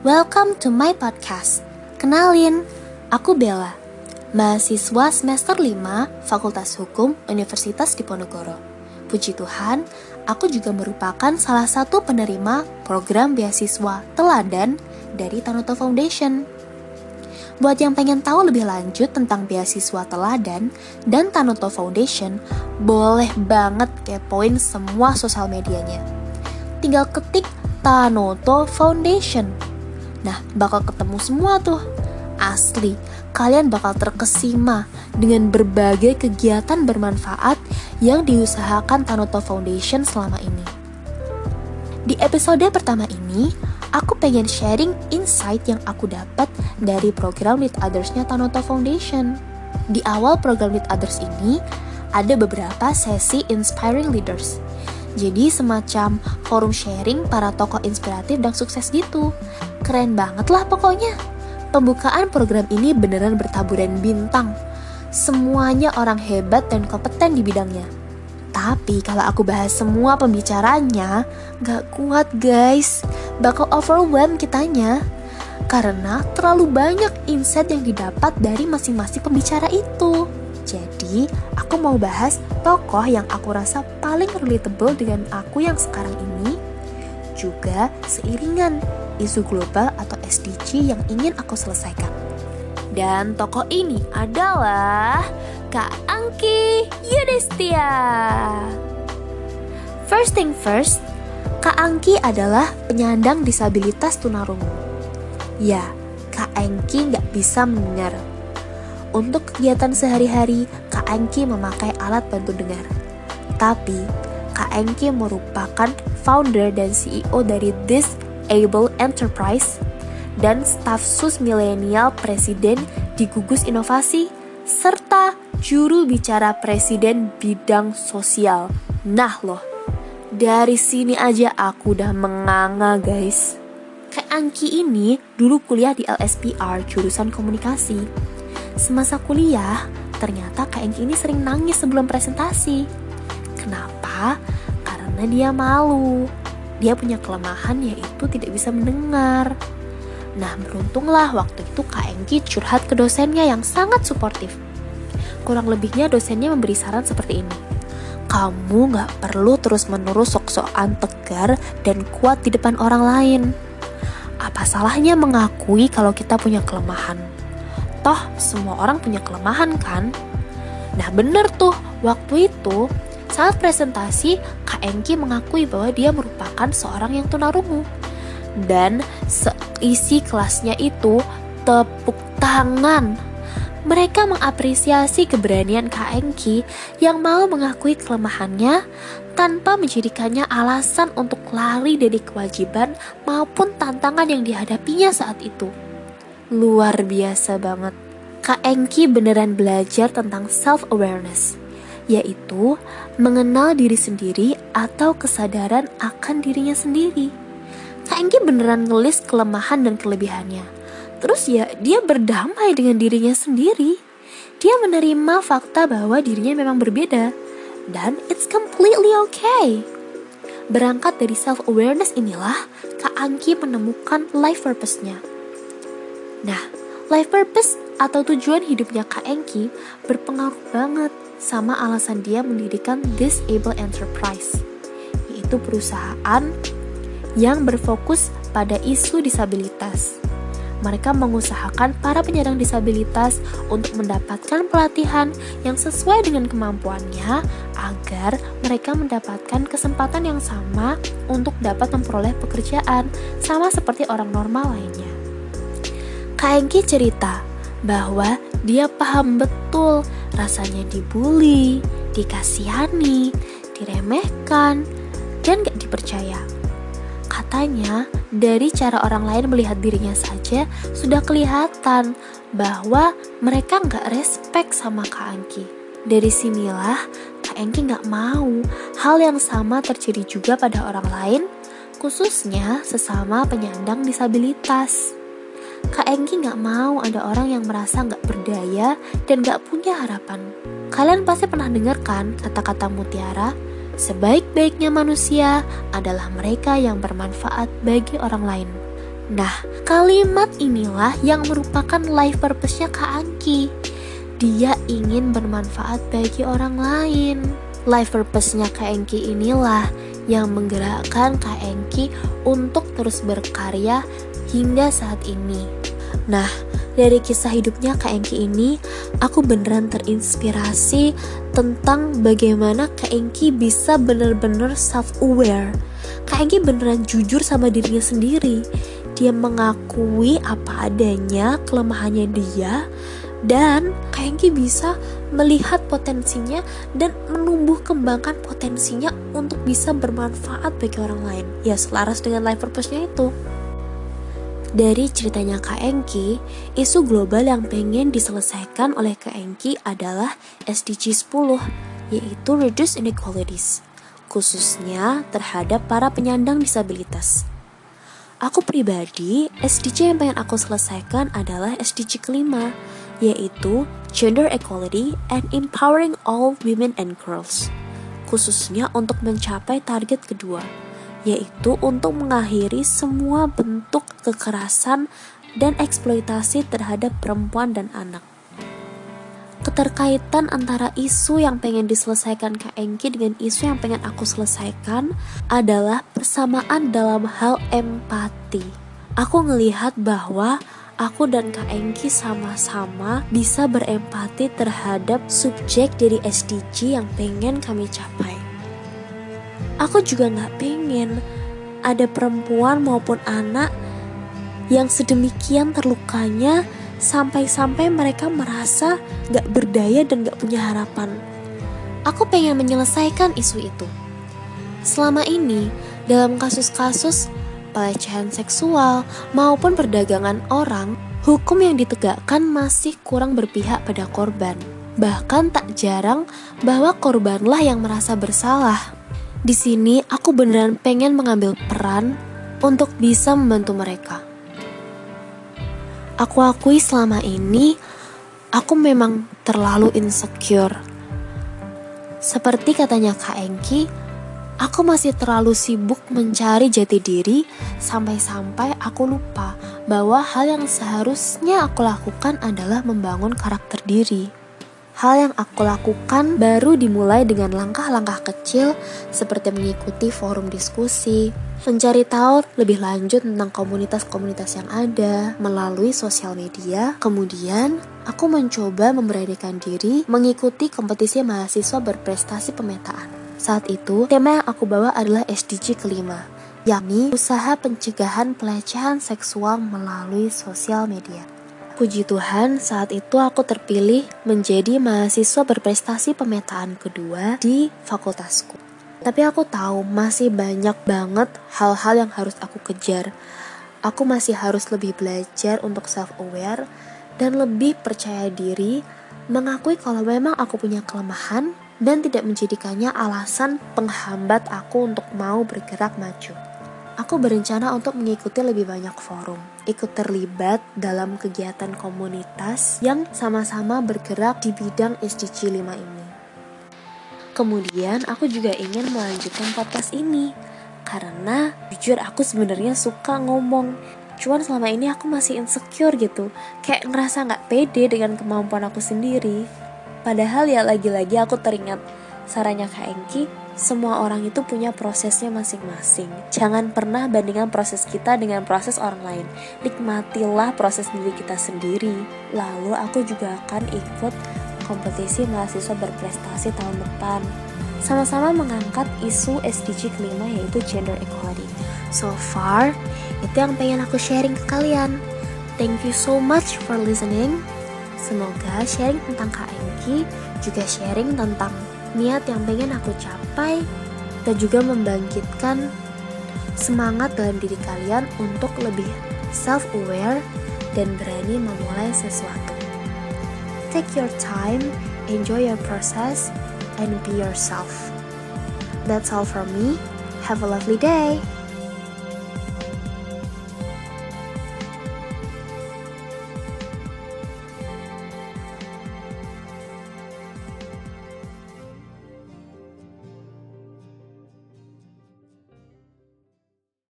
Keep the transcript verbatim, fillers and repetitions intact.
Welcome to my podcast. Kenalin, aku Bella, mahasiswa semester lima Fakultas Hukum Universitas Diponegoro. Puji Tuhan, aku juga merupakan salah satu penerima program beasiswa teladan dari Tanoto Foundation. Buat yang pengen tahu lebih lanjut tentang beasiswa teladan dan Tanoto Foundation, boleh banget kepoin semua sosial medianya. Tinggal ketik Tanoto Foundation. Nah, bakal ketemu semua tuh. Asli, kalian bakal terkesima dengan berbagai kegiatan bermanfaat yang diusahakan Tanoto Foundation selama ini. Di episode pertama ini, aku pengen sharing insight yang aku dapat dari program Lead Others-nya Tanoto Foundation. Di awal program Lead Others ini, ada beberapa sesi Inspiring Leaders. Jadi semacam forum sharing para tokoh inspiratif dan sukses gitu. Keren banget lah pokoknya. Pembukaan program ini beneran bertaburan bintang. Semuanya orang hebat dan kompeten di bidangnya. Tapi kalau aku bahas semua pembicaranya, gak kuat guys. Bakal overwhelm kitanya. Karena terlalu banyak insight yang didapat dari masing-masing pembicara itu. Jadi, aku mau bahas tokoh yang aku rasa paling relatable dengan aku yang sekarang ini, juga seiringan isu global atau S D G yang ingin aku selesaikan. Dan tokoh ini adalah Kak Angki Yudhistia. First thing first, Kak Angki adalah penyandang disabilitas tunarungu. Ya, Kak Angki gak bisa mendengar. Untuk kegiatan sehari-hari, Kak Angki memakai alat bantu dengar. Tapi, Kak Angki merupakan founder dan C E O dari Disable Enterprise dan staf sus milenial presiden di Gugus Inovasi, serta juru bicara presiden bidang sosial. Nah loh, dari sini aja aku udah menganga guys. Kak Angki ini dulu kuliah di L S P R jurusan komunikasi. Semasa kuliah, ternyata Kak Angki ini sering nangis sebelum presentasi. Kenapa? Karena dia malu. Dia punya kelemahan yaitu tidak bisa mendengar. Nah, beruntunglah waktu itu Kak Angki curhat ke dosennya yang sangat suportif. Kurang lebihnya dosennya memberi saran seperti ini. Kamu gak perlu terus-menerus sok-sokan tegar dan kuat di depan orang lain. Apa salahnya mengakui kalau kita punya kelemahan? Toh semua orang punya kelemahan kan? Nah bener tuh, waktu itu saat presentasi Kak Angki mengakui bahwa dia merupakan seorang yang tunarungu. Dan seisi kelasnya itu tepuk tangan. Mereka mengapresiasi keberanian Kak Angki yang mau mengakui kelemahannya tanpa menjadikannya alasan untuk lari dari kewajiban maupun tantangan yang dihadapinya saat itu. Luar biasa banget. Kak Angki beneran belajar tentang self-awareness, yaitu mengenal diri sendiri atau kesadaran akan dirinya sendiri. Kak Angki beneran ngelis kelemahan dan kelebihannya. Terus ya dia berdamai dengan dirinya sendiri. Dia menerima fakta bahwa dirinya memang berbeda. Dan it's completely okay. Berangkat dari self-awareness inilah Kak Angki menemukan life purpose-nya. Nah, life purpose atau tujuan hidupnya Kak Angki berpengaruh banget sama alasan dia mendirikan Disable Enterprise, yaitu perusahaan yang berfokus pada isu disabilitas. Mereka mengusahakan para penyandang disabilitas untuk mendapatkan pelatihan yang sesuai dengan kemampuannya agar mereka mendapatkan kesempatan yang sama untuk dapat memperoleh pekerjaan sama seperti orang normal lainnya. Kak Angki cerita bahwa dia paham betul rasanya dibully, dikasihani, diremehkan, dan gak dipercaya. Katanya, dari cara orang lain melihat dirinya saja sudah kelihatan bahwa mereka gak respect sama Kak Angki. Dari sinilah Kak Angki gak mau hal yang sama terjadi juga pada orang lain, khususnya sesama penyandang disabilitas. Kak Angki gak mau ada orang yang merasa gak berdaya dan gak punya harapan. Kalian pasti pernah dengar kan kata-kata mutiara? Sebaik-baiknya manusia adalah mereka yang bermanfaat bagi orang lain. Nah, kalimat inilah yang merupakan life purpose-nya Kak Angki. Dia ingin bermanfaat bagi orang lain. Life purpose-nya Kak Angki inilah yang menggerakkan Kak Angki untuk terus berkarya hingga saat ini. Nah, dari kisah hidupnya Kak Angki ini, aku beneran terinspirasi tentang bagaimana Kak Angki bisa bener-bener self-aware. Kak Angki beneran jujur sama dirinya sendiri. Dia mengakui apa adanya, kelemahannya dia, dan Kak Angki bisa melihat potensinya dan menumbuh kembangkan potensinya untuk bisa bermanfaat bagi orang lain. Ya, selaras dengan life purpose-nya itu. Dari ceritanya Kak Angki, isu global yang pengen diselesaikan oleh Kak Angki adalah S D G sepuluh, yaitu Reduce Inequalities, khususnya terhadap para penyandang disabilitas. Aku pribadi, S D G yang pengen aku selesaikan adalah S D G kelima, yaitu Gender Equality and Empowering All Women and Girls, khususnya untuk mencapai target kedua, yaitu untuk mengakhiri semua bentuk kekerasan dan eksploitasi terhadap perempuan dan anak. Keterkaitan antara isu yang pengen diselesaikan Kak Angki dengan isu yang pengen aku selesaikan adalah persamaan dalam hal empati. Aku ngelihat bahwa aku dan Kak Angki sama-sama bisa berempati terhadap subjek dari S D G yang pengen kami capai. Aku juga gak pengen ada perempuan maupun anak yang sedemikian terlukanya sampai-sampai mereka merasa gak berdaya dan gak punya harapan. Aku pengen menyelesaikan isu itu. Selama ini, dalam kasus-kasus pelecehan seksual maupun perdagangan orang, hukum yang ditegakkan masih kurang berpihak pada korban. Bahkan tak jarang bahwa korbanlah yang merasa bersalah. Di sini aku beneran pengen mengambil peran untuk bisa membantu mereka. Aku akui selama ini aku memang terlalu insecure. Seperti katanya Kak Angki, aku masih terlalu sibuk mencari jati diri sampai-sampai aku lupa bahwa hal yang seharusnya aku lakukan adalah membangun karakter diri. Hal yang aku lakukan baru dimulai dengan langkah-langkah kecil seperti mengikuti forum diskusi, mencari tahu lebih lanjut tentang komunitas-komunitas yang ada melalui sosial media. Kemudian, aku mencoba memberanikan diri mengikuti kompetisi mahasiswa berprestasi pemetaan. Saat itu, tema yang aku bawa adalah S D G kelima, yakni usaha pencegahan pelecehan seksual melalui sosial media. Puji Tuhan, saat itu aku terpilih menjadi mahasiswa berprestasi pemetaan kedua di fakultasku. Tapi aku tahu masih banyak banget hal-hal yang harus aku kejar. Aku masih harus lebih belajar untuk self-aware dan lebih percaya diri, mengakui kalau memang aku punya kelemahan dan tidak menjadikannya alasan penghambat aku untuk mau bergerak maju. Aku berencana untuk mengikuti lebih banyak forum, ikut terlibat dalam kegiatan komunitas yang sama-sama bergerak di bidang S D G lima ini. Kemudian aku juga ingin melanjutkan podcast ini, karena jujur aku sebenarnya suka ngomong. Cuman selama ini aku masih insecure gitu, kayak ngerasa gak pede dengan kemampuan aku sendiri. Padahal ya lagi-lagi aku teringat sarannya Kak Angki, semua orang itu punya prosesnya masing-masing. Jangan pernah bandingkan proses kita dengan proses orang lain. Nikmatilah proses diri kita sendiri. Lalu aku juga akan ikut kompetisi mahasiswa berprestasi tahun depan. Sama-sama mengangkat isu S D G kelima, yaitu gender equality. So far, itu yang pengen aku sharing ke kalian. Thank you so much for listening. Semoga sharing tentang Kak Angki juga sharing tentang niat yang pengen aku capai dan juga membangkitkan semangat dalam diri kalian untuk lebih self-aware dan berani memulai sesuatu. Take your time, enjoy your process, and be yourself. That's all from me. Have a lovely day.